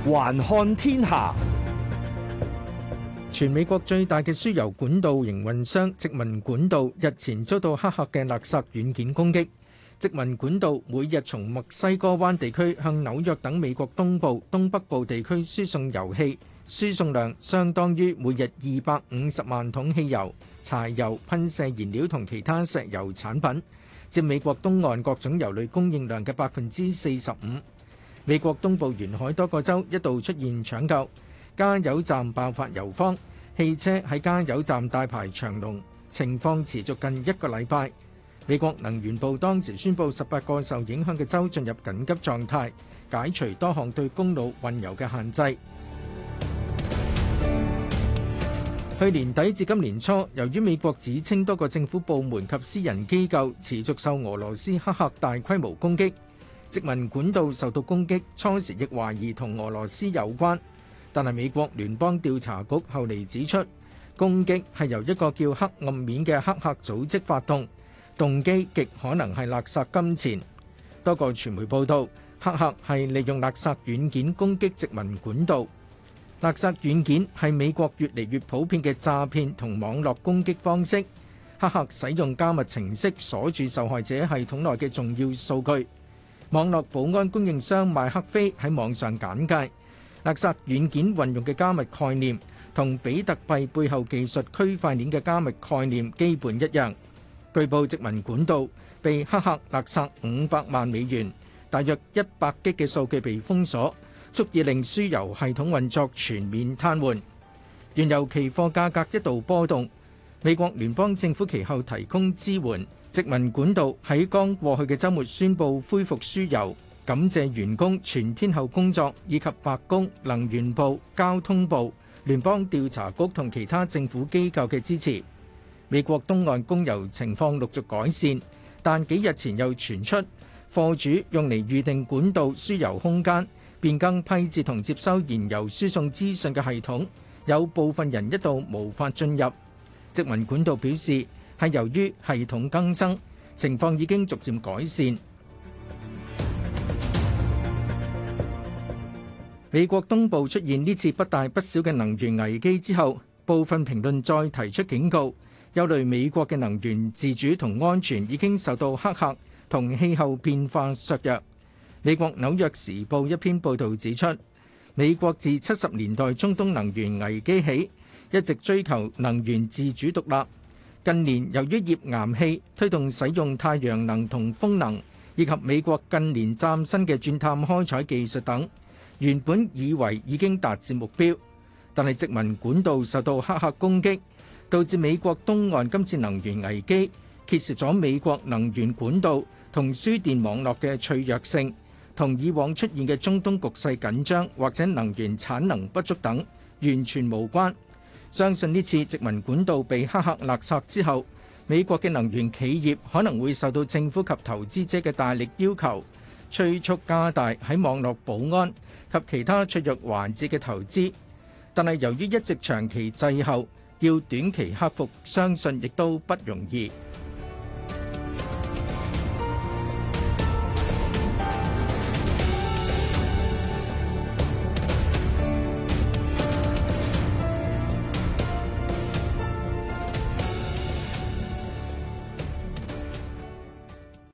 環看天下， 全美國最大嘅輸油管道營運商殖民管道日前遭到黑客嘅勒索軟件攻擊。殖民管道每日從墨西哥灣地區向紐約等美國東部、東北部地區輸送油氣，輸送量相當於每日250萬桶汽油、柴油、噴射燃料同其他石油產品，佔美國東岸各種油類供應量嘅45%。美國東部沿海多個州一度出現搶救，加油站爆發油荒，汽車喺加油站大排長龍，情況持續近一個禮拜。美國能源部當時宣布18個受影響嘅州進入緊急狀態，解除多項對公路運油嘅限制。去年底至今年初，由於美國指稱多個政府部門及私人機構持續受俄羅斯黑客大規模攻擊，殖民管道受到攻擊，初時亦懷疑同俄羅斯有關，但係美國聯邦調查局後嚟指出，攻擊係由一個叫黑暗面嘅黑客組織發動，動機極可能係勒索金錢。多個傳媒報道，黑客係利用勒索軟件攻擊殖民管道。勒索軟件係美國越嚟越普遍嘅詐騙同網絡攻擊方式。黑客使用加密程式鎖住受害者系統內嘅重要數據。網絡保安供應商麥克菲喺網上簡介，勒索軟件運用嘅加密概念同比特幣背後技術區塊鏈嘅加密概念基本一樣。據報殖民管道被黑客勒索500萬美元，大約100G嘅數據被封鎖，足以令輸油系統運作全面癱瘓。原油期貨價格一度波動，美國聯邦政府其後提供支援。殖民管道喺剛過去嘅週末宣布恢復輸油，感謝員工全天候工作，以及白宮、能源部、交通部、聯邦調查局同其他政府機構嘅支持。美國東岸供油情況陸續改善，但幾日前又傳出貨主用嚟預定管道輸油空間、變更批次同接收燃油輸送資訊嘅系統，有部分人一度無法進入。殖民管道表示，係由於系統更新，情況已經逐漸改善。美國東部出現呢次不大不小嘅能源危機之後，部分評論再提出警告，憂慮美國嘅能源自主同安全已經受到黑客同氣候變化削弱。美國紐約時報一篇報導指出，美國自70年代中東能源危機起，一直追求能源自主獨立。近年由於頁岩氣推動使用太陽能同風能，以及美國近年嶄新嘅鑽探開採技術等，原本以為已經達至目標，但係殖民管道受到黑客攻擊，導致美國東岸今次能源危機，揭示咗美國能源管道同輸電網絡嘅脆弱性，同以往出現嘅中東局勢緊張或者能源產能不足等完全無關。相信呢次殖民管道被黑客勒索之後，美國嘅能源企業可能會受到政府及投資者嘅大力要求，催促加大喺網絡保安及其他脆弱環節嘅投資。但係由於一直長期滯後，要短期克服，相信亦都不容易。